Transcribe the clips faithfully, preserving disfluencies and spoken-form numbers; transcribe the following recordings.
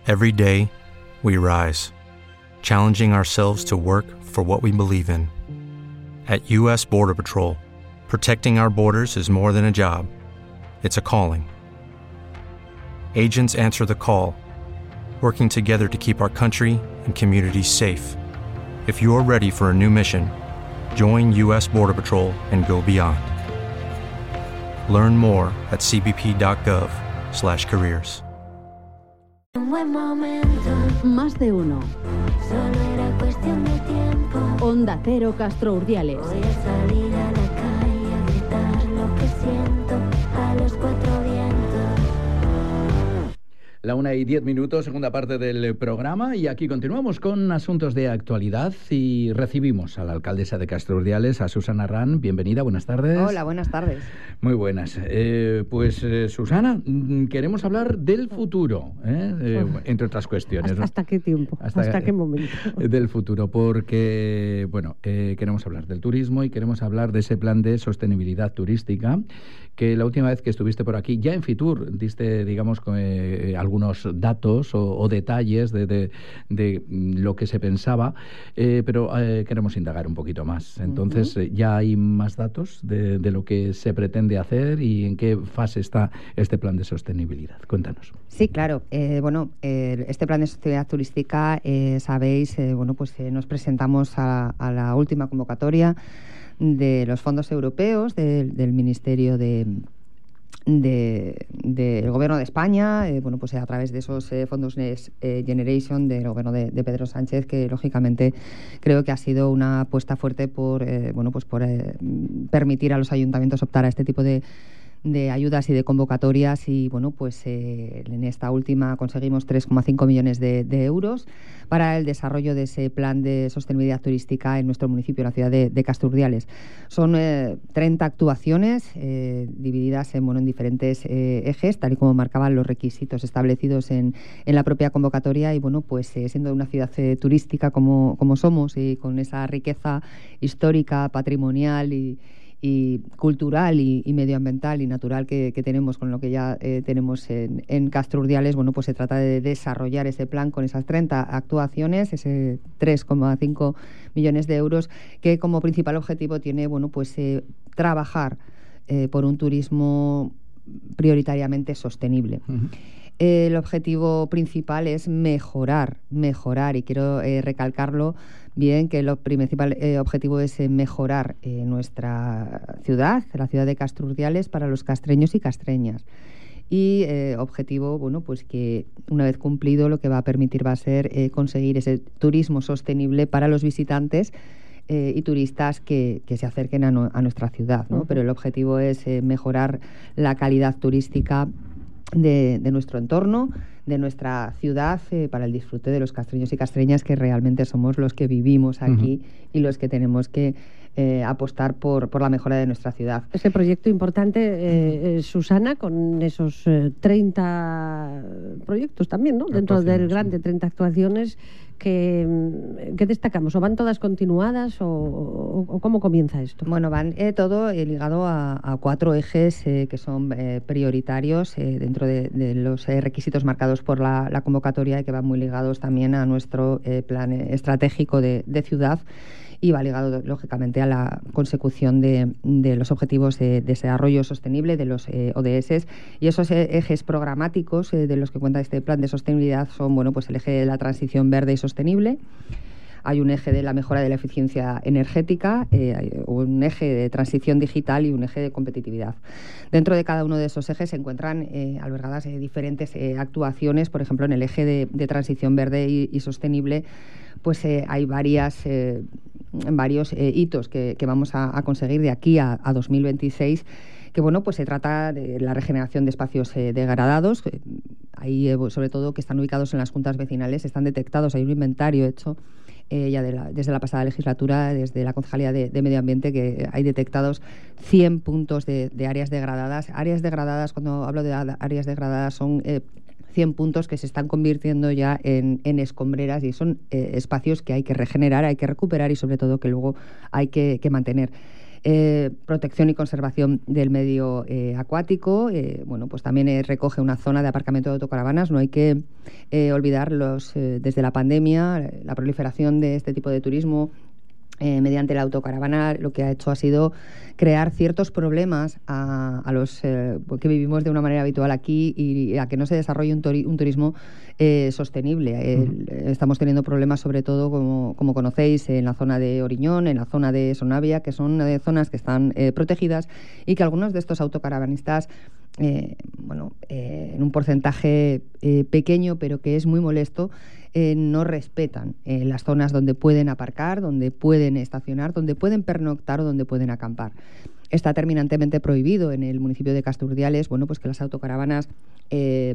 Every day, we rise, challenging ourselves to work for what we believe in. At U S Border Patrol, protecting our borders is more than a job. It's a calling. Agents answer the call, working together to keep our country and communities safe. If you're ready for a new mission, join U S Border Patrol and go beyond. Learn more at c b p dot gov slash careers. Un buen momento. Más de uno. Solo era cuestión de tiempo. Onda Cero Castro Urdiales. Voy a salir a la calle a gritar lo que siento a los cuatro vientos. La una y diez minutos, segunda parte del programa, y aquí continuamos con asuntos de actualidad y recibimos a la alcaldesa de Castro Urdiales, a Susana Arran. Bienvenida, buenas tardes. Hola, buenas tardes. Muy buenas. Eh, pues, eh, Susana, queremos hablar del futuro, ¿eh? Eh, entre otras cuestiones. ¿Hasta, ¿Hasta qué tiempo? ¿Hasta, ¿Hasta qué momento? Del futuro, porque, bueno, eh, queremos hablar del turismo y queremos hablar de ese plan de sostenibilidad turística que la última vez que estuviste por aquí, ya en Fitur, diste, digamos, eh, algunos datos o, o detalles de, de, de lo que se pensaba, eh, pero eh, queremos indagar un poquito más. Entonces, uh-huh. ¿ya hay más datos de, de lo que se pretende hacer y en qué fase está este plan de sostenibilidad? Cuéntanos. Sí, claro. Eh, bueno, eh, este plan de sostenibilidad turística, eh, sabéis, eh, bueno, pues eh, nos presentamos a, a la última convocatoria de los fondos europeos de, del Ministerio de de, del Gobierno de España, eh, bueno, pues eh, a través de esos eh, fondos Next eh, Generation del Gobierno de, de Pedro Sánchez, que lógicamente creo que ha sido una apuesta fuerte por, eh, bueno, pues por eh, permitir a los ayuntamientos optar a este tipo de de ayudas y de convocatorias, y bueno, pues eh, en esta última conseguimos tres coma cinco millones de, de euros para el desarrollo de ese plan de sostenibilidad turística en nuestro municipio, en la ciudad de, de Castro Urdiales. Son eh, treinta actuaciones eh, divididas en, bueno, en diferentes eh, ejes, tal y como marcaban los requisitos establecidos en, en la propia convocatoria, y bueno, pues eh, siendo una ciudad eh, turística como, como somos, y con esa riqueza histórica, patrimonial y y cultural y, y medioambiental y natural que, que tenemos, con lo que ya eh, tenemos en, en Castro Urdiales, bueno, pues se trata de desarrollar ese plan con esas treinta actuaciones, ese tres coma cinco millones de euros, que como principal objetivo tiene, bueno, pues eh, trabajar eh, por un turismo prioritariamente sostenible. Uh-huh. El objetivo principal es mejorar, mejorar, y quiero eh, recalcarlo bien, que el principal eh, objetivo es eh, mejorar eh, nuestra ciudad, la ciudad de Castro Urdiales, para los castreños y castreñas. Y eh, objetivo, bueno, pues que una vez cumplido, lo que va a permitir va a ser eh, conseguir ese turismo sostenible para los visitantes Eh, y turistas que, que se acerquen a, no, a nuestra ciudad, ¿no? Uh-huh. Pero el objetivo es eh, mejorar la calidad turística de, de nuestro entorno, de nuestra ciudad, eh, para el disfrute de los castreños y castreñas, que realmente somos los que vivimos aquí, uh-huh. y los que tenemos que eh, apostar por, por la mejora de nuestra ciudad. Ese proyecto importante, eh, eh, Susana, con esos eh, treinta proyectos también, ¿no? Dentro del grande, treinta actuaciones. ¿Qué, ¿Qué destacamos? ¿O van todas continuadas o, o, o cómo comienza esto? Bueno, van eh, todo eh, ligado a, a cuatro ejes eh, que son eh, prioritarios eh, dentro de, de los eh, requisitos marcados por la, la convocatoria, y que van muy ligados también a nuestro eh, plan estratégico de, de ciudad, y va ligado, lógicamente, a la consecución de, de los objetivos de, de desarrollo sostenible, de los eh, O D S. Y esos eh, ejes programáticos eh, de los que cuenta este plan de sostenibilidad son, bueno, pues el eje de la transición verde y sostenible. Hay un eje de la mejora de la eficiencia energética, eh, un eje de transición digital y un eje de competitividad. Dentro de cada uno de esos ejes se encuentran eh, albergadas eh, diferentes eh, actuaciones. Por ejemplo, en el eje de, de transición verde y, y sostenible, pues eh, hay varias, eh, varios eh, hitos que, que vamos a, a conseguir de aquí a, a dos mil veintiséis, que bueno, pues se trata de la regeneración de espacios eh, degradados. Eh, ahí, eh, sobre todo, que están ubicados en las juntas vecinales, están detectados, hay un inventario hecho eh, ya de la, desde la pasada legislatura, desde la Concejalía de, de Medio Ambiente, que hay detectados cien puntos de, de áreas degradadas. Áreas degradadas, cuando hablo de áreas degradadas, son eh, cien puntos que se están convirtiendo ya en, en escombreras, y son eh, espacios que hay que regenerar, hay que recuperar, y sobre todo que luego hay que, que mantener. eh, protección y conservación del medio eh, acuático. Eh, bueno, pues también eh, recoge una zona de aparcamiento de autocaravanas. No hay que eh, olvidar los, eh, desde la pandemia, la proliferación de este tipo de turismo Eh, mediante la autocaravana, lo que ha hecho ha sido crear ciertos problemas a, a los eh, que vivimos de una manera habitual aquí y a que no se desarrolle un, turi- un turismo eh, sostenible. Eh, uh-huh. Estamos teniendo problemas sobre todo, como, como conocéis, en la zona de Oriñón, en la zona de Sonavia, que son eh, zonas que están eh, protegidas y que algunos de estos autocaravanistas, eh, bueno, eh, en un porcentaje eh, pequeño, pero que es muy molesto, Eh, no respetan eh, las zonas donde pueden aparcar, donde pueden estacionar, donde pueden pernoctar o donde pueden acampar. Está terminantemente prohibido en el municipio de Casturdiales, bueno, pues que las autocaravanas eh,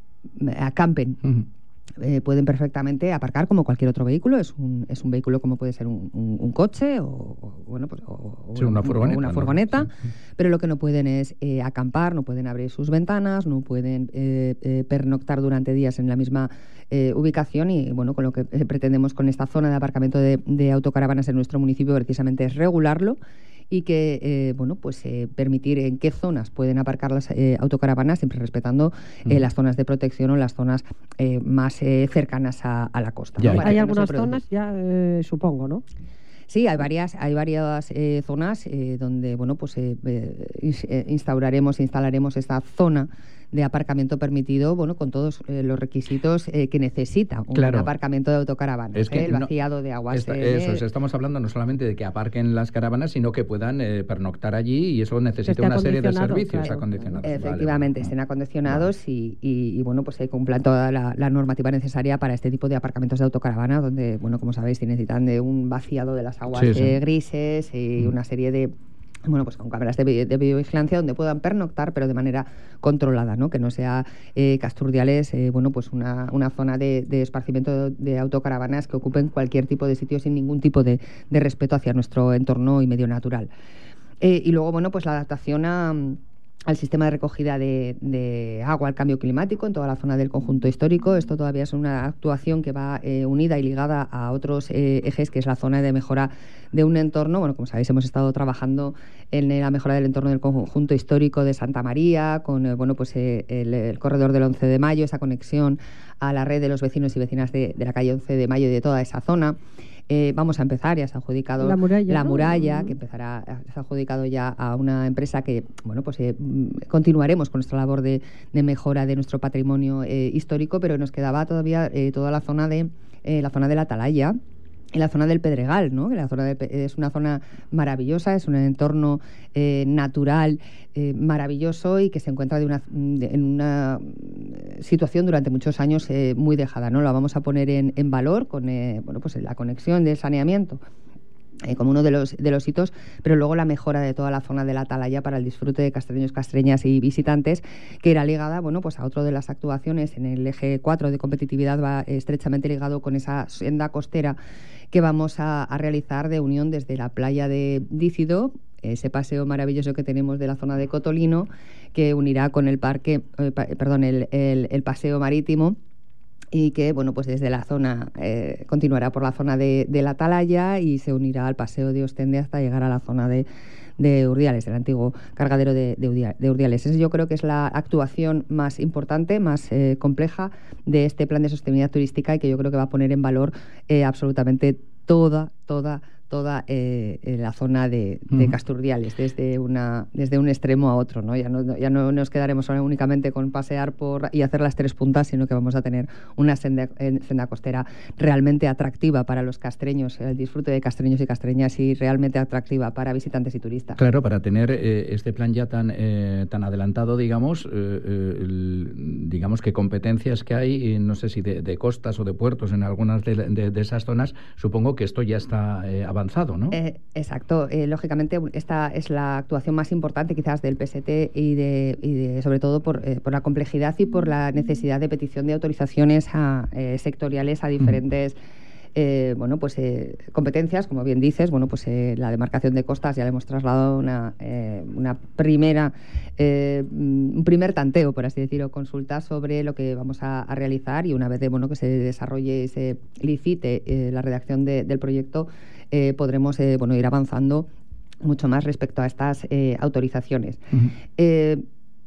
acampen. Uh-huh. Eh, pueden perfectamente aparcar como cualquier otro vehículo. Es un, es un vehículo como puede ser un, un, un coche o, o, bueno, pues, o, sí, una furgoneta, o una furgoneta ¿no? Sí. Pero lo que no pueden es eh, acampar, no pueden abrir sus ventanas, no pueden eh, eh, pernoctar durante días en la misma eh, ubicación y bueno, con lo que eh, pretendemos con esta zona de aparcamiento de, de autocaravanas en nuestro municipio precisamente es regularlo y que, eh, bueno, pues eh, permitir en qué zonas pueden aparcar las eh, autocaravanas, siempre respetando eh, uh-huh. las zonas de protección o las zonas eh, más eh, cercanas a, a la costa. Ya, ¿no? hay algunas no zonas ya, eh, supongo, ¿no? Sí, hay varias, hay varias eh, zonas eh, donde, bueno, pues eh, eh, instauraremos, instalaremos esta zona de aparcamiento permitido, bueno, con todos eh, los requisitos eh, que necesita un claro. aparcamiento de autocaravanas. Es que ¿eh? El vaciado no, de aguas. Esta, eh, eso es, estamos hablando no solamente de que aparquen las caravanas, sino que puedan eh, pernoctar allí y eso necesita una serie de servicios claro. acondicionados. Efectivamente, vale. estén acondicionados vale. y, y, y, bueno, pues se cumplan toda la, la normativa necesaria para este tipo de aparcamientos de autocaravana, donde, bueno, como sabéis, necesitan de un vaciado de las aguas sí, sí. Eh, grises y mm. una serie de bueno, pues con cámaras de, de videovigilancia donde puedan pernoctar, pero de manera controlada, ¿no? Que no sea eh, Casturdiales, eh, bueno, pues una, una zona de, de esparcimiento de, de autocaravanas que ocupen cualquier tipo de sitio sin ningún tipo de, de respeto hacia nuestro entorno y medio natural. Eh, y luego, bueno, pues la adaptación a... al sistema de recogida de, de agua al cambio climático en toda la zona del conjunto histórico. Esto todavía es una actuación que va eh, unida y ligada a otros eh, ejes, que es la zona de mejora de un entorno. Bueno, como sabéis, hemos estado trabajando en la mejora del entorno del conjunto histórico de Santa María, con eh, bueno, pues, eh, el, el corredor del once de mayo, esa conexión a la red de los vecinos y vecinas de, de la calle once de mayo y de toda esa zona. Eh, vamos a empezar, ya se ha adjudicado la muralla, la ¿no? muralla que empezará, se ha adjudicado ya a una empresa que, bueno, pues eh, continuaremos con nuestra labor de, de mejora de nuestro patrimonio eh, histórico, pero nos quedaba todavía eh, toda la zona de eh, la zona de la Atalaya y la zona del Pedregal, ¿no? Que la zona de, es una zona maravillosa, es un entorno eh, natural eh, maravilloso y que se encuentra de una, de, en una situación durante muchos años eh, muy dejada, ¿no? La vamos a poner en, en valor con eh, bueno, pues la conexión del saneamiento Eh, como uno de los, de los hitos, pero luego la mejora de toda la zona de la Atalaya para el disfrute de castreños, castreñas y visitantes, que irá ligada, bueno, pues a otro de las actuaciones en el eje cuatro de competitividad, va estrechamente ligado con esa senda costera que vamos a, a realizar de unión desde la playa de Dícido, ese paseo maravilloso que tenemos de la zona de Cotolino, que unirá con el parque, eh, pa, perdón, el, el, el paseo marítimo, y que, bueno, pues desde la zona, eh, continuará por la zona de, de la Atalaya y se unirá al paseo de Ostende hasta llegar a la zona de, de Urdiales, el antiguo cargadero de, de Urdiales. Esa yo creo que es la actuación más importante, más eh, compleja de este plan de sostenibilidad turística y que yo creo que va a poner en valor eh, absolutamente toda, toda, toda eh, la zona de, de uh-huh. Casturdiales, desde una desde un extremo a otro, ¿no? Ya no, ya no nos quedaremos únicamente con pasear por y hacer las tres puntas, sino que vamos a tener una senda, senda costera realmente atractiva para los castreños, el disfrute de castreños y castreñas, y realmente atractiva para visitantes y turistas. Claro, para tener eh, este plan ya tan eh, tan adelantado, digamos, eh, eh, el, digamos que competencias que hay, eh, no sé si de, de costas o de puertos en algunas de, de, de esas zonas, supongo que esto ya está eh, avanzado, ¿no? Eh, exacto. Eh, lógicamente, esta es la actuación más importante quizás del P S T y, de, y de, sobre todo por, eh, por la complejidad y por la necesidad de petición de autorizaciones a, eh, sectoriales a diferentes mm. eh, bueno, pues, eh, competencias, como bien dices. Bueno, pues eh, la demarcación de costas ya le hemos trasladado una, eh, una primera, eh, un primer tanteo, por así decirlo, consulta sobre lo que vamos a, a realizar, y una vez de, bueno, que se desarrolle y se licite eh, la redacción de, del proyecto, Eh, podremos eh, bueno, ir avanzando mucho más respecto a estas eh, autorizaciones. Uh-huh. Eh,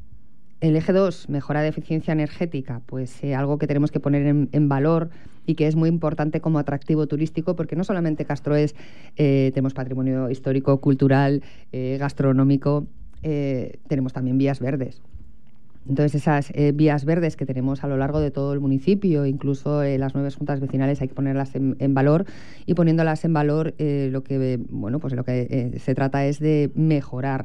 el eje dos, mejora de eficiencia energética, pues eh, algo que tenemos que poner en, en valor y que es muy importante como atractivo turístico, porque no solamente Castro es, eh, tenemos patrimonio histórico, cultural, eh, gastronómico, eh, tenemos también vías verdes. Entonces, esas eh, vías verdes que tenemos a lo largo de todo el municipio, incluso eh, las nuevas juntas vecinales, hay que ponerlas en, en valor, y poniéndolas en valor, eh, lo que bueno, pues lo que eh, se trata es de mejorar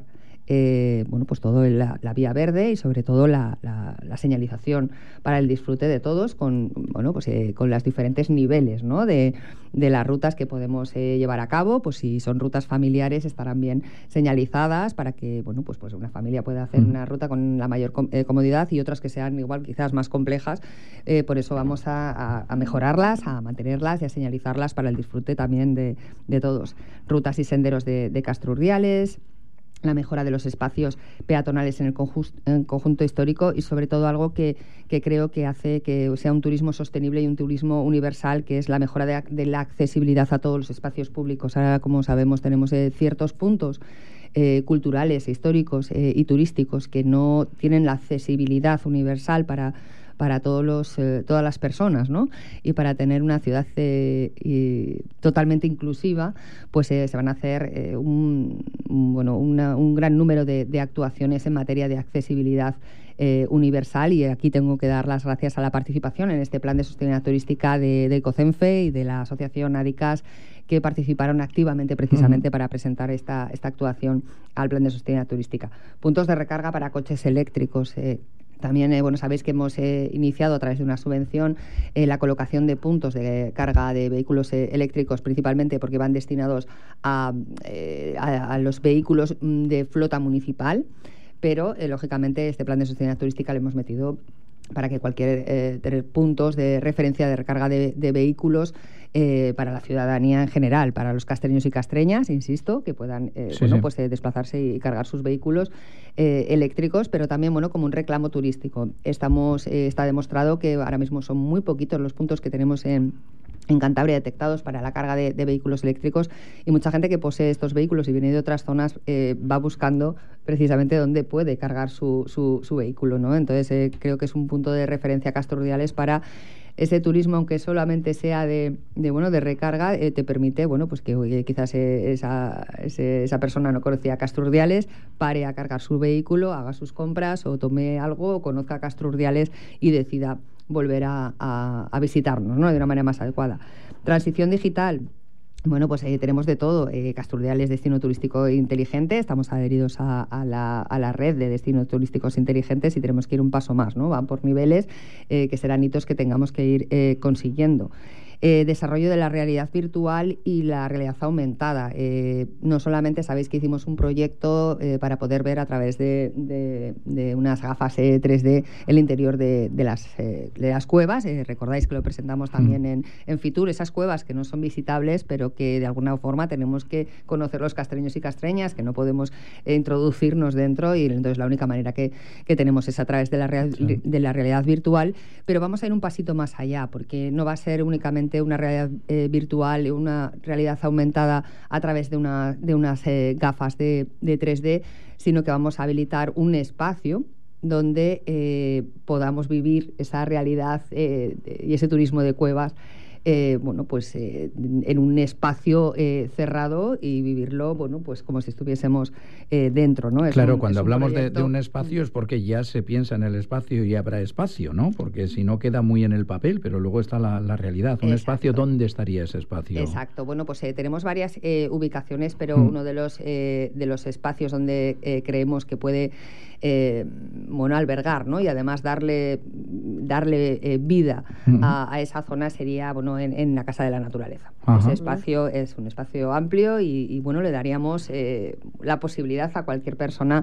eh, bueno, pues todo la, la vía verde y sobre todo la, la, la señalización para el disfrute de todos con bueno, pues eh, con los diferentes niveles, ¿no? de, de las rutas que podemos eh, llevar a cabo. Pues si son rutas familiares, estarán bien señalizadas para que bueno, pues, pues una familia pueda hacer mm. una ruta con la mayor com- eh, comodidad, y otras que sean igual quizás más complejas. Eh, por eso vamos a, a, a mejorarlas, a mantenerlas y a señalizarlas para el disfrute también de, de todos. Rutas y senderos de, de Castro Urdiales, la mejora de los espacios peatonales en el conju- en conjunto histórico, y sobre todo algo que, que creo que hace que sea un turismo sostenible y un turismo universal, que es la mejora de, de la accesibilidad a todos los espacios públicos. Ahora, como sabemos, tenemos eh, ciertos puntos eh, culturales, históricos eh, y turísticos que no tienen la accesibilidad universal para para todos los, eh, todas las personas, ¿no? Y para tener una ciudad eh, y totalmente inclusiva, pues eh, se van a hacer eh, un, un, bueno, una, un gran número de, de actuaciones en materia de accesibilidad eh, universal, y aquí tengo que dar las gracias a la participación en este plan de sostenibilidad turística de, de Ecocenfe y de la asociación ADICAS, que participaron activamente precisamente uh-huh. para presentar esta, esta actuación al plan de sostenibilidad turística. Puntos de recarga para coches eléctricos. Eh, También, eh, bueno, sabéis que hemos eh, iniciado a través de una subvención eh, la colocación de puntos de carga de vehículos eh, eléctricos, principalmente porque van destinados a, eh, a, a los vehículos de flota municipal, pero, eh, lógicamente, este plan de sostenibilidad turística lo hemos metido para que cualquier eh, tener puntos de referencia de recarga de, de vehículos eh, para la ciudadanía en general, para los castreños y castreñas, insisto, que puedan eh, sí, bueno, sí. pues eh, desplazarse y cargar sus vehículos eh, eléctricos, pero también bueno, como un reclamo turístico. Estamos, eh, está demostrado que ahora mismo son muy poquitos los puntos que tenemos en en Cantabria detectados para la carga de, de vehículos eléctricos, y mucha gente que posee estos vehículos y viene de otras zonas eh, va buscando precisamente dónde puede cargar su, su, su vehículo, ¿no? Entonces eh, creo que es un punto de referencia Castro Urdiales para ese turismo, aunque solamente sea de, de bueno de recarga, eh, te permite bueno pues que oye, quizás eh, esa, ese, esa persona no conocía Castro Urdiales, pare a cargar su vehículo, haga sus compras o tome algo, o conozca Castro Urdiales y decida volver a, a, a visitarnos, ¿no? De una manera más adecuada. Transición digital. Bueno, pues eh, tenemos de todo. Eh, Castro Urdiales, destino turístico inteligente. Estamos adheridos a, a, la, a la red de destinos turísticos inteligentes y tenemos que ir un paso más, ¿no? Van por niveles eh, que serán hitos que tengamos que ir eh, consiguiendo. Eh, desarrollo de la realidad virtual y la realidad aumentada. Eh, no solamente sabéis que hicimos un proyecto eh, para poder ver a través de, de, de unas gafas eh, tres D el interior de, de, las, eh, de las cuevas. Eh, recordáis que lo presentamos también mm. en, en Fitur, esas cuevas que no son visitables, pero que de alguna forma tenemos que conocer los castreños y castreñas, que no podemos eh, introducirnos dentro, y entonces la única manera que, que tenemos es a través de la, real, sí. de la realidad virtual. Pero vamos a ir un pasito más allá, porque no va a ser únicamente una realidad eh, virtual, una realidad aumentada a través de, una, de unas eh, gafas de, de tres D, sino que vamos a habilitar un espacio donde eh, podamos vivir esa realidad eh, y ese turismo de cuevas Eh, bueno, pues eh, en un espacio eh, cerrado y vivirlo, bueno, pues como si estuviésemos eh, dentro, ¿no? Es claro, un, cuando un hablamos de, de un espacio es porque ya se piensa en el espacio y habrá espacio, ¿no? Porque si no queda muy en el papel, pero luego está la, la realidad. Un Exacto. espacio, ¿dónde estaría ese espacio? Exacto. Bueno, pues eh, tenemos varias eh, ubicaciones, pero mm. uno de los eh, de los espacios donde eh, creemos que puede eh, bueno, albergar, ¿no? Y además darle darle eh, vida mm. a, a esa zona sería, bueno, En, en la Casa de la Naturaleza. Ajá. Ese espacio es un espacio amplio y, y bueno, le daríamos eh, la posibilidad a cualquier persona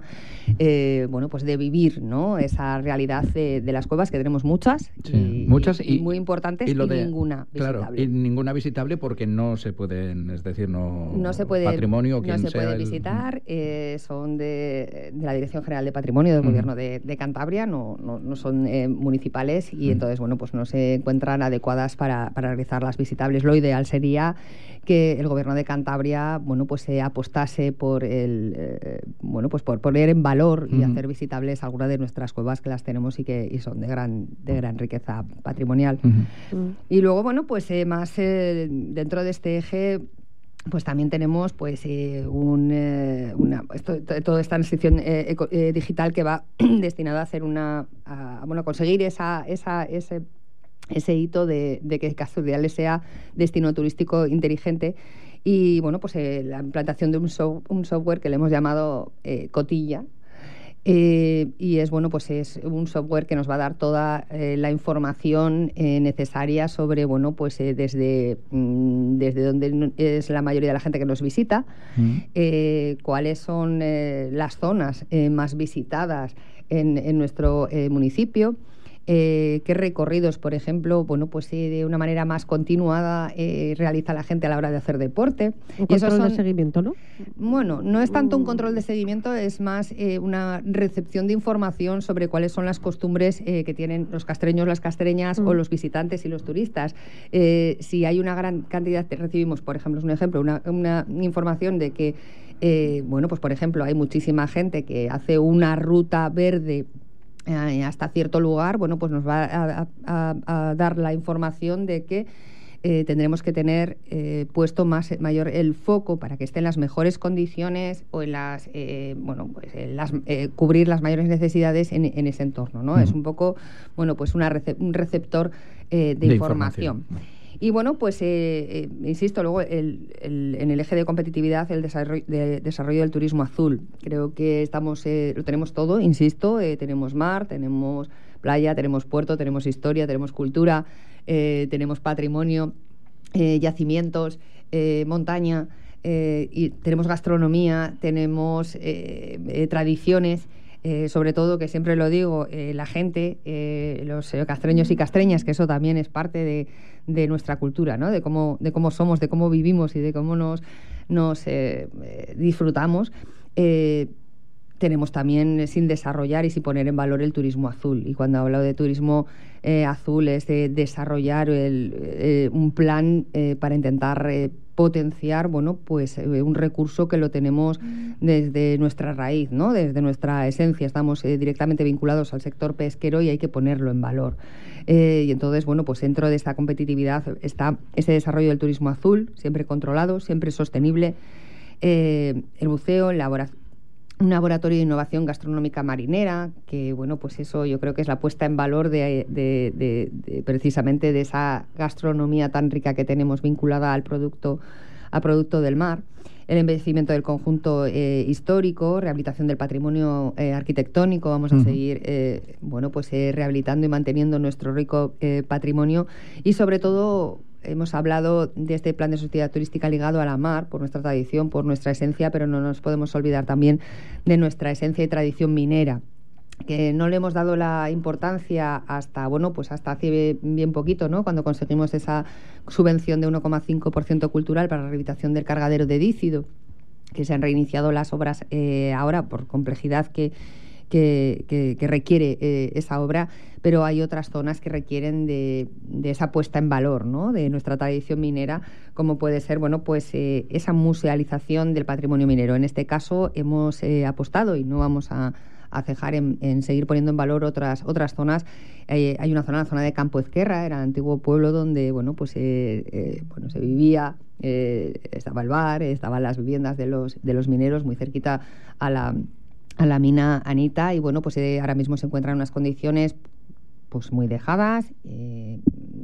eh, bueno, pues de vivir, ¿no? Esa realidad de, de las cuevas, que tenemos muchas, sí, y, muchas y, y muy importantes, y, y de, ninguna visitable. Claro, y ninguna visitable porque no se pueden, es decir, no, no se puede, patrimonio, no se sea puede el... visitar, eh, son de, de la Dirección General de Patrimonio del uh-huh. Gobierno de, de Cantabria, no, no, no son eh, municipales, y uh-huh. entonces, bueno, pues no se encuentran adecuadas para, para valorizar las visitables. Lo ideal sería que el Gobierno de Cantabria, bueno, pues se apostase por el, eh, bueno, pues por poner en valor y uh-huh. hacer visitables algunas de nuestras cuevas que las tenemos y que y son de gran de gran riqueza patrimonial. Uh-huh. Uh-huh. Y luego, bueno, pues eh, más eh, dentro de este eje, pues también tenemos pues eh, un, eh, una esto, toda esta transición eh, eco, eh, digital que va destinada a hacer una a, bueno, conseguir esa esa ese ese hito de, de que Castro Urdiales sea destino turístico inteligente. Y bueno, pues eh, la implantación de un, so, un software que le hemos llamado eh, Cotilla. Eh, y es bueno, pues es un software que nos va a dar toda eh, la información eh, necesaria sobre, bueno, pues eh, desde, mm, desde dónde es la mayoría de la gente que nos visita, mm. eh, cuáles son eh, las zonas eh, más visitadas en, en nuestro eh, municipio. Eh, qué recorridos, por ejemplo, bueno, pues eh, de una manera más continuada eh, realiza la gente a la hora de hacer deporte. Un control son, de seguimiento, ¿no? Bueno, no es tanto un control de seguimiento, es más eh, una recepción de información sobre cuáles son las costumbres eh, que tienen los castreños, las castreñas mm. o los visitantes y los turistas. Eh, si hay una gran cantidad, recibimos, por ejemplo, es un ejemplo, una, una información de que, eh, bueno, pues por ejemplo, hay muchísima gente que hace una ruta verde hasta cierto lugar, bueno, pues nos va a, a, a dar la información de que eh, tendremos que tener eh, puesto más mayor el foco para que esté en las mejores condiciones o en las, eh, bueno, pues en las, eh, cubrir las mayores necesidades en, en ese entorno, ¿no? Uh-huh. Es un poco, bueno, pues una rece- un receptor eh, de, de información. información. Y bueno, pues eh, eh, insisto, luego el, el, en el eje de competitividad, el desarrollo, de, desarrollo del turismo azul. Creo que estamos, eh, lo tenemos todo, insisto, eh, tenemos mar, tenemos playa, tenemos puerto, tenemos historia, tenemos cultura, eh, tenemos patrimonio, eh, yacimientos, eh, montaña, eh, y tenemos gastronomía, tenemos eh, eh, tradiciones. Eh, sobre todo, que siempre lo digo, eh, la gente, eh, los eh, castreños y castreñas, que eso también es parte de, de nuestra cultura, ¿no? De cómo, de cómo somos, de cómo vivimos y de cómo nos, nos eh, eh, disfrutamos. Eh, tenemos también sin desarrollar y sin poner en valor el turismo azul. Y cuando hablo de turismo eh, azul es de desarrollar el, eh, un plan eh, para intentar eh, potenciar, bueno, pues eh, un recurso que lo tenemos desde nuestra raíz, ¿no? Desde nuestra esencia. Estamos eh, directamente vinculados al sector pesquero y hay que ponerlo en valor. Eh, y entonces, bueno, pues dentro de esta competitividad está ese desarrollo del turismo azul, siempre controlado, siempre sostenible. Eh, el buceo, la elaboración, un laboratorio de innovación gastronómica marinera, que bueno, pues eso yo creo que es la puesta en valor de, de, de, de precisamente de esa gastronomía tan rica que tenemos vinculada al producto, al producto del mar. El embellecimiento del conjunto eh, histórico, rehabilitación del patrimonio eh, arquitectónico. Vamos a uh-huh. seguir eh, bueno, pues eh, rehabilitando y manteniendo nuestro rico eh, patrimonio, y sobre todo hemos hablado de este plan de sostenibilidad turística ligado a la mar, por nuestra tradición, por nuestra esencia, pero no nos podemos olvidar también de nuestra esencia y tradición minera, que no le hemos dado la importancia hasta, bueno, pues hasta hace bien poquito, ¿no? Cuando conseguimos esa subvención de uno coma cinco por ciento cultural para la rehabilitación del cargadero de Dícido, que se han reiniciado las obras eh, ahora por complejidad que Que, que, que requiere eh, esa obra, pero hay otras zonas que requieren de, de esa puesta en valor, ¿no? De nuestra tradición minera, como puede ser, bueno, pues eh, esa musealización del patrimonio minero. En este caso hemos eh, apostado, y no vamos a, a cejar en, en seguir poniendo en valor otras otras zonas. Eh, hay una zona, la zona de Campo Ezquerra, era el antiguo pueblo donde, bueno, pues eh, eh, bueno, se vivía, eh, estaba el bar, estaban las viviendas de los de los mineros muy cerquita a la a la mina Anita, y bueno, pues eh, ahora mismo se encuentran en unas condiciones pues muy dejadas, eh,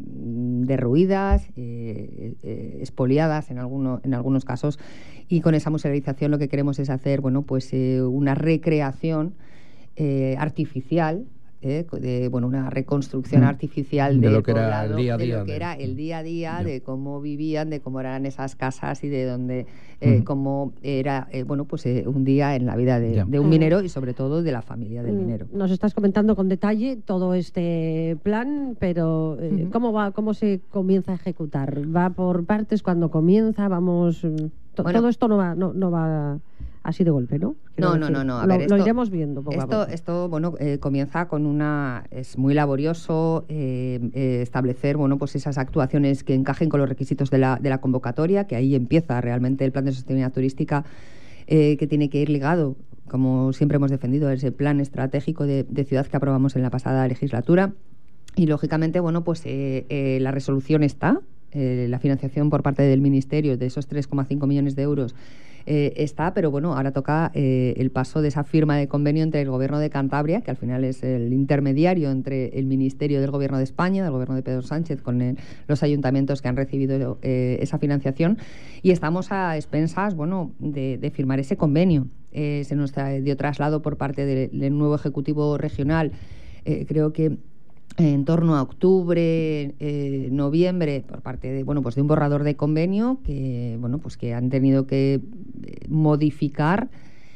derruidas, eh, eh, expoliadas en alguno, en algunos casos, y con esa musealización lo que queremos es hacer, bueno, pues eh, una recreación eh, artificial, Eh, de bueno, una reconstrucción mm. artificial de, de lo que poblado, era el día a día, de lo que de... era el día a día, yeah. de cómo vivían, de cómo eran esas casas y de dónde, eh, mm. cómo era, eh, bueno, pues eh, un día en la vida de, yeah. de un minero y sobre todo de la familia del minero. Nos estás comentando con detalle todo este plan, pero eh, mm-hmm. ¿cómo va, cómo se comienza a ejecutar? ¿Va por partes cuando comienza? Vamos, to- bueno, todo esto no va, no, no va así de golpe, ¿no? No, Quiero no, decir, no, no. A lo, ver, esto, lo iremos viendo poco esto, a poco. Esto, bueno, eh, comienza con una... Es muy laborioso eh, eh, establecer, bueno, pues esas actuaciones que encajen con los requisitos de la, de la convocatoria, que ahí empieza realmente el plan de sostenibilidad turística, eh, que tiene que ir ligado, como siempre hemos defendido, a ese plan estratégico de, de ciudad que aprobamos en la pasada legislatura. Y, lógicamente, bueno, pues eh, eh, la resolución está, eh, la financiación por parte del Ministerio de esos tres coma cinco millones de euros eh, está, pero bueno, ahora toca eh, el paso de esa firma de convenio entre el Gobierno de Cantabria, que al final es el intermediario entre el Ministerio del Gobierno de España, del Gobierno de Pedro Sánchez, con el, los ayuntamientos que han recibido eh, esa financiación, y estamos a expensas, bueno, de, de firmar ese convenio. Eh, se nos dio traslado por parte de, del nuevo Ejecutivo Regional, eh, creo que en torno a octubre, eh, noviembre, por parte de, bueno, pues de un borrador de convenio que, bueno, pues que han tenido que modificar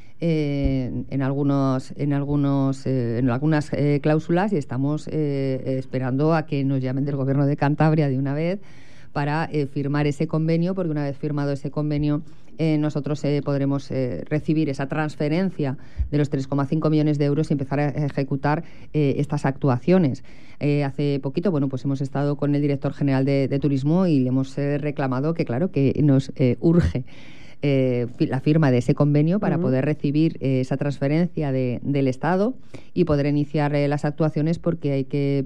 eh, en algunos, en algunos, eh, en algunas eh, cláusulas, y estamos eh, esperando a que nos llamen del Gobierno de Cantabria de una vez para eh, firmar ese convenio, porque una vez firmado ese convenio eh, nosotros eh, podremos eh, recibir esa transferencia de los tres coma cinco millones de euros y empezar a ejecutar eh, estas actuaciones. Eh, hace poquito, bueno, pues hemos estado con el director general de, de Turismo y le hemos eh, reclamado que, claro, que nos eh, urge Eh, la firma de ese convenio para uh-huh. poder recibir eh, esa transferencia de, del Estado y poder iniciar eh, las actuaciones, porque hay que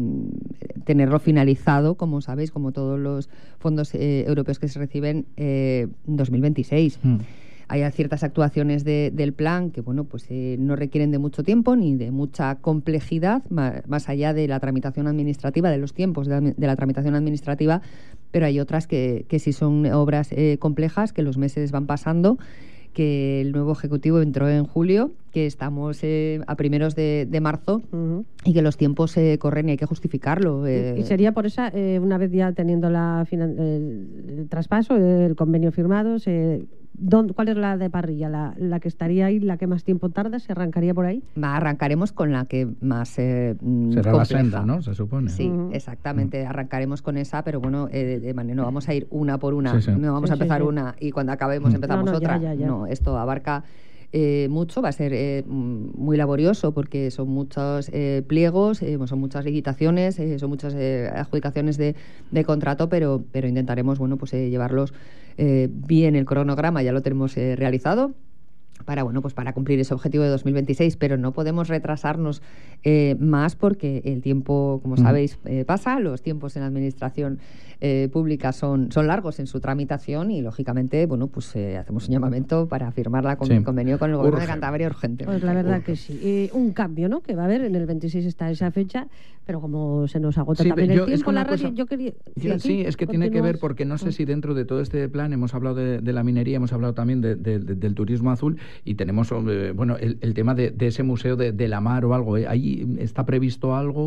mm, tenerlo finalizado, como sabéis, como todos los fondos eh, europeos que se reciben en eh, dos mil veintiséis. Uh-huh. Hay ciertas actuaciones de, del plan que, bueno, pues eh, no requieren de mucho tiempo ni de mucha complejidad, más, más allá de la tramitación administrativa, de los tiempos de, de la tramitación administrativa, pero hay otras que, que sí son obras eh, complejas, que los meses van pasando, que el nuevo Ejecutivo entró en julio, que estamos eh, a primeros de, de marzo uh-huh. y que los tiempos eh, corren y hay que justificarlo. Eh. Y sería por esa, eh, una vez ya teniendo la finan- el, el traspaso, el convenio firmado, se... ¿Cuál es la de parrilla? ¿La, la que estaría ahí, la que más tiempo tarda? ¿Se arrancaría por ahí? Va, arrancaremos con la que más eh, será compleja. La senda, ¿no? Se supone. Sí, uh-huh. exactamente. Uh-huh. Arrancaremos con esa, pero bueno, eh, de, de manera no vamos a ir una por una. Sí, sí. No vamos sí, a empezar sí, sí. una y cuando acabemos uh-huh. empezamos no, no, otra. Ya, ya, ya. No, esto abarca eh, mucho, va a ser eh, muy laborioso porque son muchos eh, pliegos, eh, son muchas licitaciones, eh, son muchas eh, adjudicaciones de, de contrato, pero, pero intentaremos, bueno, pues eh, llevarlos eh, bien. El cronograma ya lo tenemos eh, realizado para, bueno, pues para cumplir ese objetivo de dos mil veintiséis, pero no podemos retrasarnos eh, más porque el tiempo, como sabéis, eh, pasa, los tiempos en la administración eh, pública son, son largos en su tramitación y, lógicamente, bueno, pues eh, hacemos un llamamiento para firmarla con sí. el convenio con el Gobierno Urge. de Cantabria urgente. Pues la verdad Urge. que sí. Eh, un cambio, ¿no? Que va a haber, en el veintiséis está esa fecha, pero como se nos agota sí, también yo, el tiempo, la radio, cosa, yo quería... Yo, sí, sí, es que tiene que ver, porque no sé si dentro de todo este plan hemos hablado de, de la minería, hemos hablado también de, de, de, del turismo azul y tenemos, eh, bueno, el, el tema de, de ese museo de, de la mar o algo. ¿eh? ¿Ahí está previsto algo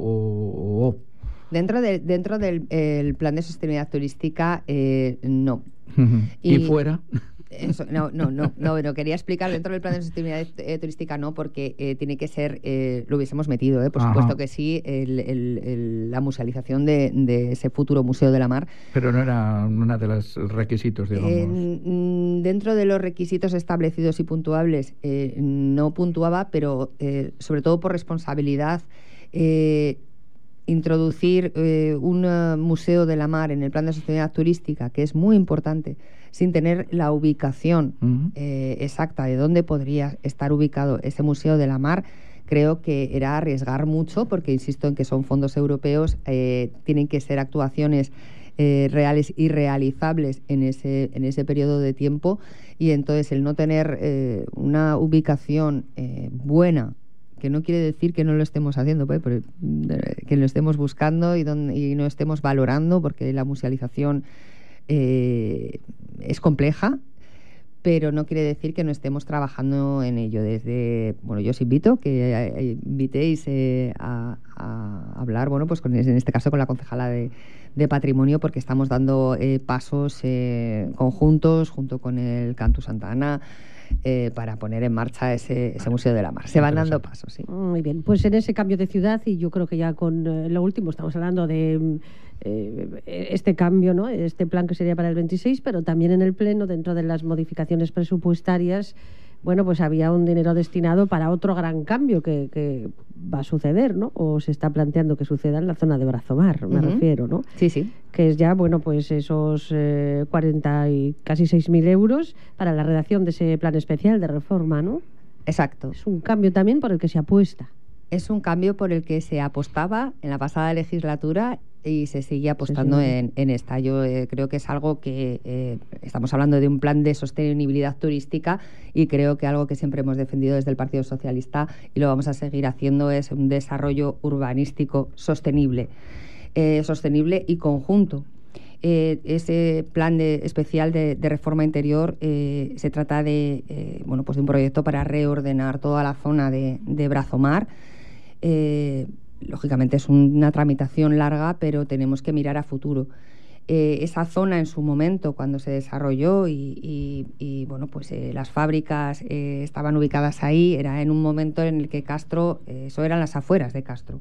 o...? o... Dentro, de, dentro del el plan de sostenibilidad turística, eh, no. ¿Y, ¿Y fuera? Eso, no, no, no, no, no, quería explicar dentro del plan de sostenibilidad eh, turística no, porque eh, tiene que ser, eh, lo hubiésemos metido, eh, por Ajá. supuesto que sí, el, el, el, la musealización de, de ese futuro Museo de la Mar. Pero no era uno de los requisitos, digamos. Eh, dentro de los requisitos establecidos y puntuables, eh, no puntuaba, pero eh, sobre todo por responsabilidad, eh, introducir eh, un uh, museo de la mar en el plan de sostenibilidad turística, que es muy importante, sin tener la ubicación uh-huh. eh, exacta de dónde podría estar ubicado ese museo de la mar, creo que era arriesgar mucho, porque insisto en que son fondos europeos, eh, tienen que ser actuaciones eh, reales y realizables en ese, en ese periodo de tiempo, y entonces el no tener eh, una ubicación eh, buena, que no quiere decir que no lo estemos haciendo, pues, pero que lo estemos buscando y, donde, y no estemos valorando, porque la musealización eh, es compleja, pero no quiere decir que no estemos trabajando en ello. Desde, bueno, yo os invito que eh, invitéis eh, a, a hablar, bueno, pues con, en este caso con la concejala de, de Patrimonio, porque estamos dando eh, pasos eh, conjuntos junto con el Cantu Santa Ana, Eh, para poner en marcha ese, ese Museo de la Mar. Se van dando pasos, sí. Muy bien, pues en ese cambio de ciudad, y yo creo que ya con eh, lo último estamos hablando de eh, este cambio, ¿no? Este plan que sería para el veintiséis, pero también en el Pleno, dentro de las modificaciones presupuestarias, bueno, pues había un dinero destinado para otro gran cambio que, que va a suceder, ¿no? O se está planteando que suceda en la zona de Brazomar, me uh-huh. refiero, ¿no? Sí, sí. Que es ya, bueno, pues esos eh, cuarenta y casi seis mil euros para la redacción de ese plan especial de reforma, ¿no? Exacto. Es un cambio también por el que se apuesta. Es un cambio por el que se apostaba en la pasada legislatura y se sigue apostando sí, sí. En, en esta. Yo eh, creo que es algo que eh, estamos hablando de un plan de sostenibilidad turística y creo que algo que siempre hemos defendido desde el Partido Socialista y lo vamos a seguir haciendo es un desarrollo urbanístico sostenible, eh, sostenible y conjunto. Eh, ese plan de, especial de, de reforma interior eh, se trata de, eh, bueno, pues de un proyecto para reordenar toda la zona de, de Brazomar. Eh, lógicamente es una tramitación larga, pero tenemos que mirar a futuro. Eh, esa zona en su momento, cuando se desarrolló y, y, y bueno, pues eh, las fábricas eh, estaban ubicadas ahí, era en un momento en el que Castro, eh, eso eran las afueras de Castro.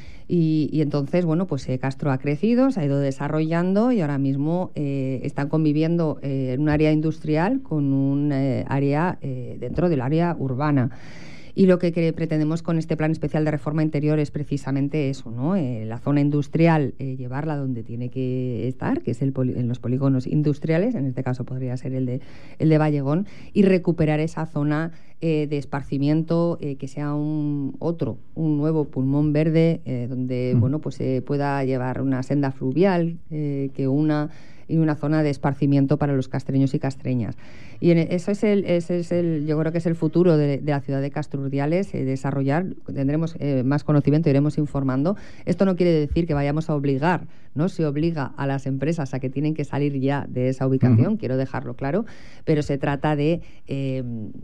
Y, y entonces, bueno, pues eh, Castro ha crecido, se ha ido desarrollando y ahora mismo eh, están conviviendo eh, en un área industrial con un eh, área eh, dentro del área urbana. Y lo que, que pretendemos con este plan especial de reforma interior es precisamente eso, ¿no? Eh, la zona industrial, eh, llevarla donde tiene que estar, que es el poli- en los polígonos industriales, en este caso podría ser el de, el de Vallegón, y recuperar esa zona eh, de esparcimiento, eh, que sea un otro, un nuevo pulmón verde, eh, donde mm. bueno, pues se eh, pueda llevar una senda fluvial, eh, que una y una zona de esparcimiento para los castreños y castreñas. Y en eso es el, ese es el, yo creo que es el futuro de, de la ciudad de Castro Urdiales, eh, desarrollar, tendremos eh, más conocimiento, iremos informando. Esto no quiere decir que vayamos a obligar, no se obliga a las empresas a que tienen que salir ya de esa ubicación, uh-huh. quiero dejarlo claro, pero se trata de eh,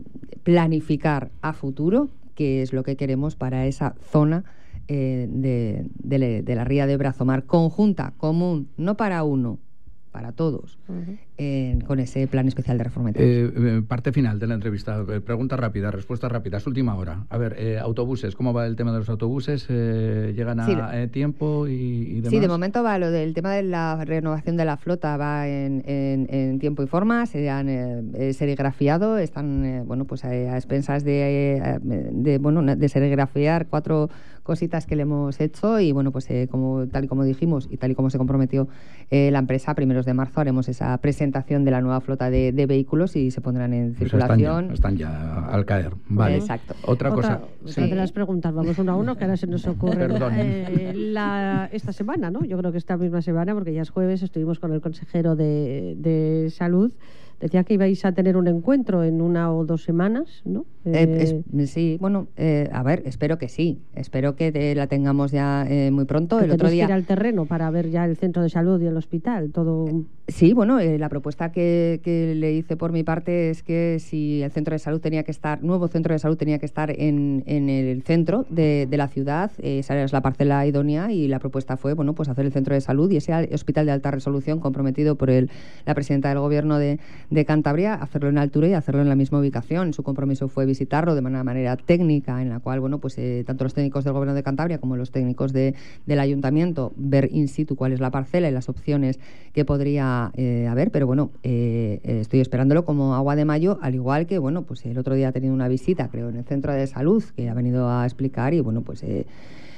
planificar a futuro qué es lo que queremos para esa zona eh, de, de, de la ría de Brazomar, conjunta, común, no para uno, para todos, uh-huh. eh, con ese plan especial de reforma interior. Eh, parte final de la entrevista. Preguntas rápidas, respuestas rápidas. Última hora. A ver, eh, autobuses. ¿Cómo va el tema de los autobuses? Eh, ¿Llegan a sí, eh, tiempo y, y demás? Sí, de momento va lo del tema de la renovación de la flota, va en, en, en tiempo y forma. Se han eh, serigrafiado, están eh, bueno, pues a, a expensas de, eh, de, bueno, de serigrafiar cuatro cositas que le hemos hecho y bueno, pues eh, como tal y como dijimos y tal y como se comprometió eh, la empresa, primeros de marzo haremos esa presentación de la nueva flota de, de vehículos y se pondrán en pues circulación. Están ya, están ya al caer. Vale. Exacto. Otra, otra cosa. Otra sí. de las preguntas, vamos uno a uno, que ahora se nos ocurre. Eh, la, esta semana, ¿no? Yo creo que esta misma semana, porque ya es jueves, estuvimos con el consejero de, de Salud. Decía que ibais a tener un encuentro en una o dos semanas, ¿no? Eh, es, sí, bueno, eh, a ver, espero que sí. Espero que te, la tengamos ya eh, muy pronto. Que el otro día que ir al terreno para ver ya el centro de salud y el hospital, todo. Sí, bueno, eh, la propuesta que, que le hice por mi parte es que si el centro de salud tenía que estar, nuevo centro de salud tenía que estar en, en el centro de, de la ciudad, eh, esa es la parcela idónea y la propuesta fue, bueno, pues hacer el centro de salud y ese hospital de alta resolución comprometido por el, la presidenta del gobierno de de Cantabria, hacerlo en altura y hacerlo en la misma ubicación. Su compromiso fue visitarlo de una manera técnica, en la cual, bueno, pues eh, tanto los técnicos del gobierno de Cantabria como los técnicos de, del ayuntamiento, ver in situ cuál es la parcela y las opciones que podría eh, haber, pero bueno, eh, estoy esperándolo como agua de mayo, al igual que, bueno, pues el otro día ha tenido una visita, creo, en el centro de salud, que ha venido a explicar y, bueno, pues eh,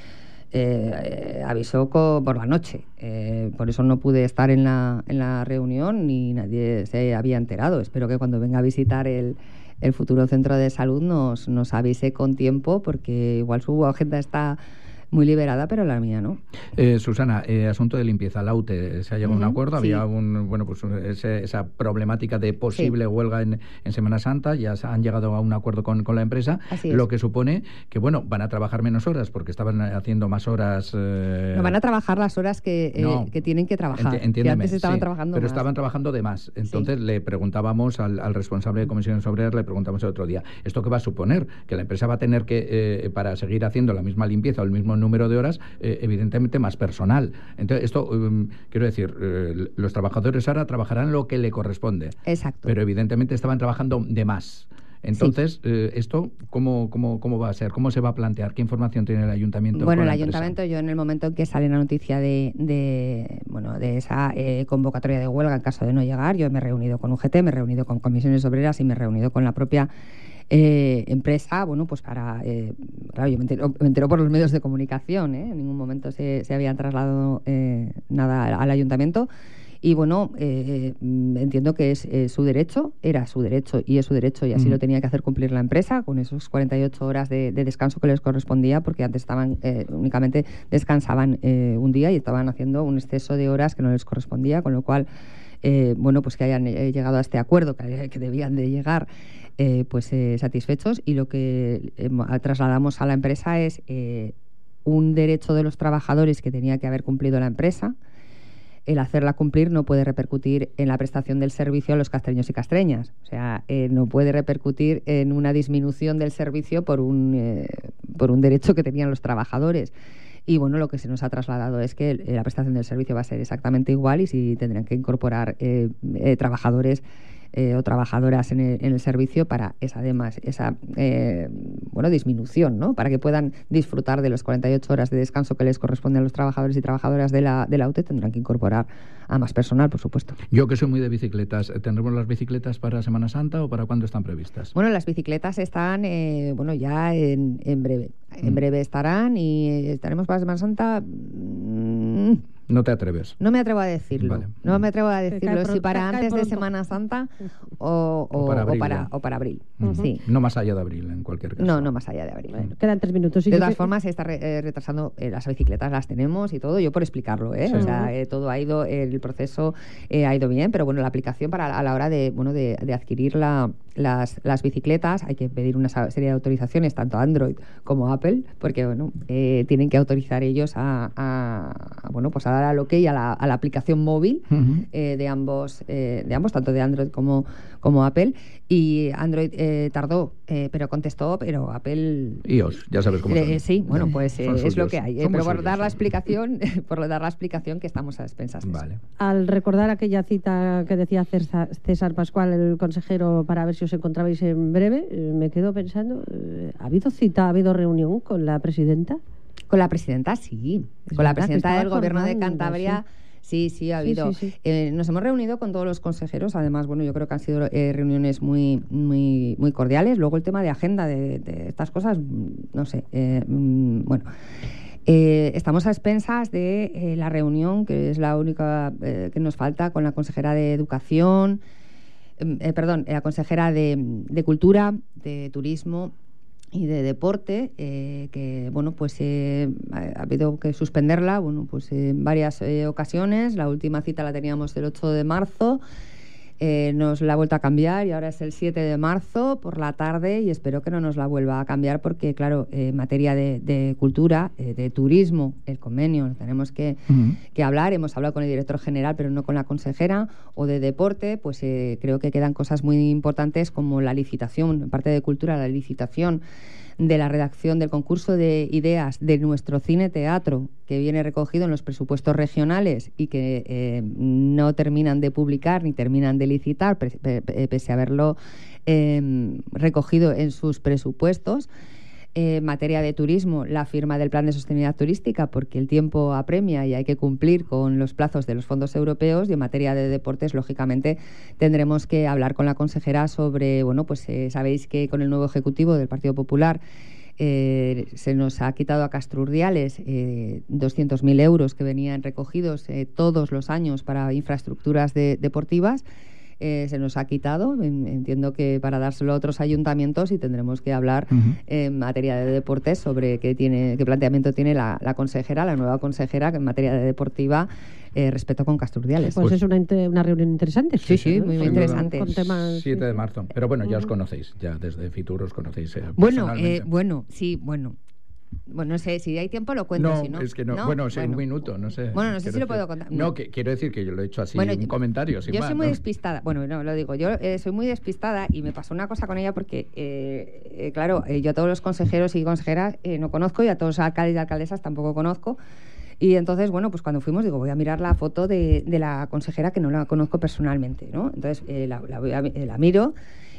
Eh, eh, avisó co- por la noche, eh, por eso no pude estar en la, en la reunión ni nadie se había enterado. Espero que cuando venga a visitar el, el futuro centro de salud nos, nos avise con tiempo, porque igual su agenda está muy liberada, pero la mía no. Eh, Susana, eh, asunto de limpieza, la U T E, ¿se ha llegado uh-huh, a un acuerdo? Sí. Había un, bueno, pues ese, esa problemática de posible sí. huelga en, en Semana Santa, ya han llegado a un acuerdo con, con la empresa, Así lo es. que supone que, bueno, van a trabajar menos horas porque estaban haciendo más horas. Eh... No van a trabajar las horas que, eh, no. que tienen que trabajar. Enti- entiéndeme, que antes estaban sí, trabajando pero más. estaban trabajando de más. Entonces sí. le preguntábamos al, al responsable de comisiones obreras, le preguntamos el otro día, ¿esto qué va a suponer? Que la empresa va a tener que, eh, para seguir haciendo la misma limpieza o el mismo número de horas, Eh, evidentemente más personal. Entonces, esto, um, quiero decir, eh, los trabajadores ahora trabajarán lo que le corresponde. Exacto. Pero evidentemente estaban trabajando de más. Entonces, Sí. eh, ¿esto cómo, cómo, cómo va a ser? ¿Cómo se va a plantear? ¿Qué información tiene el ayuntamiento? Bueno, con el la ayuntamiento, empresa? yo en el momento en que sale la noticia de, de, bueno, de esa eh, convocatoria de huelga en caso de no llegar, yo me he reunido con U G T, me he reunido con comisiones obreras y me he reunido con la propia eh, empresa, bueno, pues para, eh, claro, yo me entero, me entero por los medios de comunicación, ¿eh? En ningún momento se, se habían trasladado eh, nada al, al ayuntamiento. Y bueno, eh, entiendo que es eh, su derecho, era su derecho y es su derecho y así Mm. lo tenía que hacer cumplir la empresa con esos cuarenta y ocho horas de, de descanso que les correspondía, porque antes estaban eh, únicamente descansaban eh, un día y estaban haciendo un exceso de horas que no les correspondía, con lo cual, eh, bueno, pues que hayan eh, llegado a este acuerdo que, que debían de llegar, eh, pues eh, satisfechos, y lo que eh, trasladamos a la empresa es eh, un derecho de los trabajadores que tenía que haber cumplido la empresa. El hacerla cumplir no puede repercutir en la prestación del servicio a los castreños y castreñas. O sea, eh, no puede repercutir en una disminución del servicio por un, eh, por un derecho que tenían los trabajadores. Y bueno, lo que se nos ha trasladado es que eh, la prestación del servicio va a ser exactamente igual y si tendrán que incorporar eh, eh, trabajadores eh, o trabajadoras en el, en el servicio para esa, además, esa eh, bueno, disminución, ¿no? Para que puedan disfrutar de las cuarenta y ocho horas de descanso que les corresponden a los trabajadores y trabajadoras de la, de la U T E, tendrán que incorporar a más personal, por supuesto. Yo que soy muy de bicicletas, ¿tendremos las bicicletas para Semana Santa o para cuándo están previstas? Bueno, las bicicletas están, eh, bueno, ya en, en breve. En Mm. breve estarán y estaremos para Semana Santa. mm, No te atreves. No me atrevo a decirlo. Vale. No me atrevo a Que decirlo cae si pronto, para cae antes de pronto. Semana Santa o, o- O para o abril, para, ya. o para abril. Mm. Sí. No más allá de abril, en cualquier caso. No, no más allá de abril. Bueno, quedan tres minutos. Y De yo todas que- formas, se está re- eh, retrasando eh, las bicicletas, las tenemos y todo, yo por explicarlo, ¿eh? Sí. O sea, eh, todo ha ido, el proceso eh, ha ido bien, pero bueno, la aplicación para a la hora de, bueno, de, de adquirir la, las, las bicicletas hay que pedir una sa- serie de autorizaciones, tanto Android como Apple, porque bueno, eh, tienen que autorizar ellos a, a- a, bueno, pues a dar al OK a la, a la aplicación móvil Ujú. eh, de ambos, eh, de ambos, tanto de Android como, como Apple. Y Android eh, tardó, eh, pero contestó, pero Apple iOS, ya sabes cómo eh, son. sí, bueno, pues Son eh, es lo suyos. que hay. eh, Son muy pero por suyos, dar la sí. explicación, por dar la explicación que estamos a expensas de eso. Vale. Al recordar aquella cita que decía César, César Pascual, el consejero, para ver si os encontrabais en breve, eh, me quedo pensando, eh, ¿ha habido cita, ha habido reunión con la presidenta? Con la presidenta, sí. Es Con la verdad que presidenta estaba del Gobierno de acordando, Cantabria. Sí, sí, ha Sí, habido. sí, sí. Eh, nos hemos reunido con todos los consejeros, además, bueno, yo creo que han sido eh, reuniones muy, muy, muy cordiales. Luego el tema de agenda de, de estas cosas, mm, no sé, eh, mm, bueno. Eh, estamos a expensas de eh, la reunión, que es la única eh, que nos falta, con la consejera de Educación, eh, perdón, la consejera de, de Cultura, de Turismo y de Deporte, eh, que bueno, pues eh, ha habido que suspenderla, bueno, pues en varias eh, ocasiones. La última cita la teníamos el ocho de marzo. Eh, nos la ha vuelto a cambiar y ahora es el siete de marzo por la tarde y espero que no nos la vuelva a cambiar porque, claro, eh, en materia de, de cultura, eh, de turismo, el convenio, tenemos que, Ujú. que hablar. Hemos hablado con el director general, pero no con la consejera. O de deporte, pues eh, creo que quedan cosas muy importantes como la licitación, en parte de cultura, la licitación de la redacción del concurso de ideas de nuestro cine-teatro, que viene recogido en los presupuestos regionales y que eh, no terminan de publicar ni terminan de licitar, pre- pe- pe- pese a haberlo eh, recogido en sus presupuestos. Eh, en materia de turismo, la firma del Plan de Sostenibilidad Turística, porque el tiempo apremia y hay que cumplir con los plazos de los fondos europeos. Y en materia de deportes, lógicamente, tendremos que hablar con la consejera sobre, bueno, pues eh, sabéis que con el nuevo Ejecutivo del Partido Popular eh, se nos ha quitado a Castro Urdiales eh, doscientos mil euros que venían recogidos eh, todos los años para infraestructuras de- deportivas. Eh, se nos ha quitado, en- entiendo que para dárselo a otros ayuntamientos, y tendremos que hablar Ujú. en materia de deportes sobre qué tiene, qué planteamiento tiene la, la consejera, la nueva consejera, que en materia de deportiva eh, respecto con Castro Urdiales. Pues, Pues- es una, inte- una reunión interesante. Sí, sí, muy Con- interesante. Con temas, siete de sí. marzo. Pero bueno, ya os Ujú. conocéis, ya desde Fitur os conocéis. eh, Bueno, personalmente. eh, bueno, sí, bueno. Bueno, no sé, si hay tiempo lo cuento, no, si no. es que no. Bueno, sí, un minuto, no sé. Bueno, no sé Quiero si lo decir- puedo contar. No, que, quiero decir que yo lo he hecho así, Bueno, un yo- comentario, sin Yo más, soy muy ¿no? despistada. Bueno, no, lo digo. Yo eh, soy muy despistada y me pasó una cosa con ella porque, eh, eh, claro, eh, yo a todos los consejeros y consejeras eh, no conozco y a todos los alcaldes y alcaldesas tampoco conozco. Y entonces, bueno, pues cuando fuimos, digo, voy a mirar la foto de, de la consejera que no la conozco personalmente, ¿no? Entonces, eh, la, la voy a- eh, la miro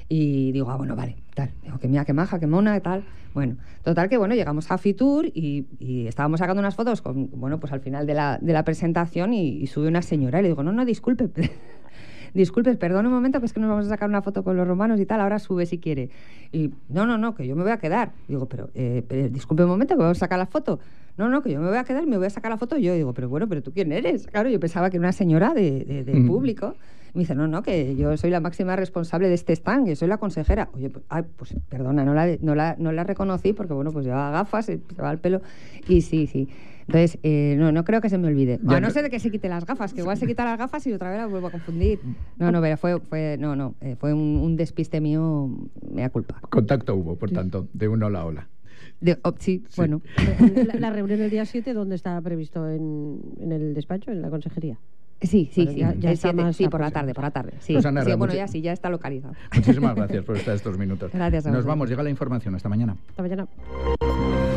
Y digo, ah, bueno, vale, tal. Digo, que mira, que maja, que mona, y tal. Bueno, total que, bueno, llegamos a Fitur y, y estábamos sacando unas fotos, con, bueno, pues al final de la, de la presentación y, y sube una señora y le digo, no, no, disculpe, disculpe, perdón un momento, que es que nos vamos a sacar una foto con los romanos y tal, ahora sube si quiere. Y, no, no, no, que yo me voy a quedar. Y digo, pero, eh, pero disculpe un momento, que vamos a sacar la foto. No, no, que yo me voy a quedar, me voy a sacar la foto. Y yo digo, pero bueno, pero ¿tú quién eres? Claro, yo pensaba que era una señora de, de, del mm. público. Me dice, no, no, que yo soy la máxima responsable de este stand, que soy la consejera. Oye, pues, ay, pues perdona, no la, no, la, no la reconocí porque, bueno, pues llevaba gafas, se llevaba el pelo y sí, sí. Entonces, eh, no, no creo que se me olvide. Ya, a no ser de que se quite las gafas, que igual se quita las gafas y otra vez la vuelvo a confundir. No, no, pero fue, fue, no, no, eh, fue un, un despiste mío, mea culpa. Contacto hubo, por tanto, de uno a la ola. De, oh, sí, sí, bueno. La, la reunión del día siete, ¿dónde está previsto? ¿En, en el despacho, en la consejería? Sí, sí, bueno, sí. Ya, ya está siete, más sí, por la tarde, por la tarde. Sí, Susana, sí bueno, ya sí, ya está localizado. Muchísimas gracias por estar estos minutos. Gracias a Nos vosotros. vamos, llega la información. Hasta mañana. Hasta mañana.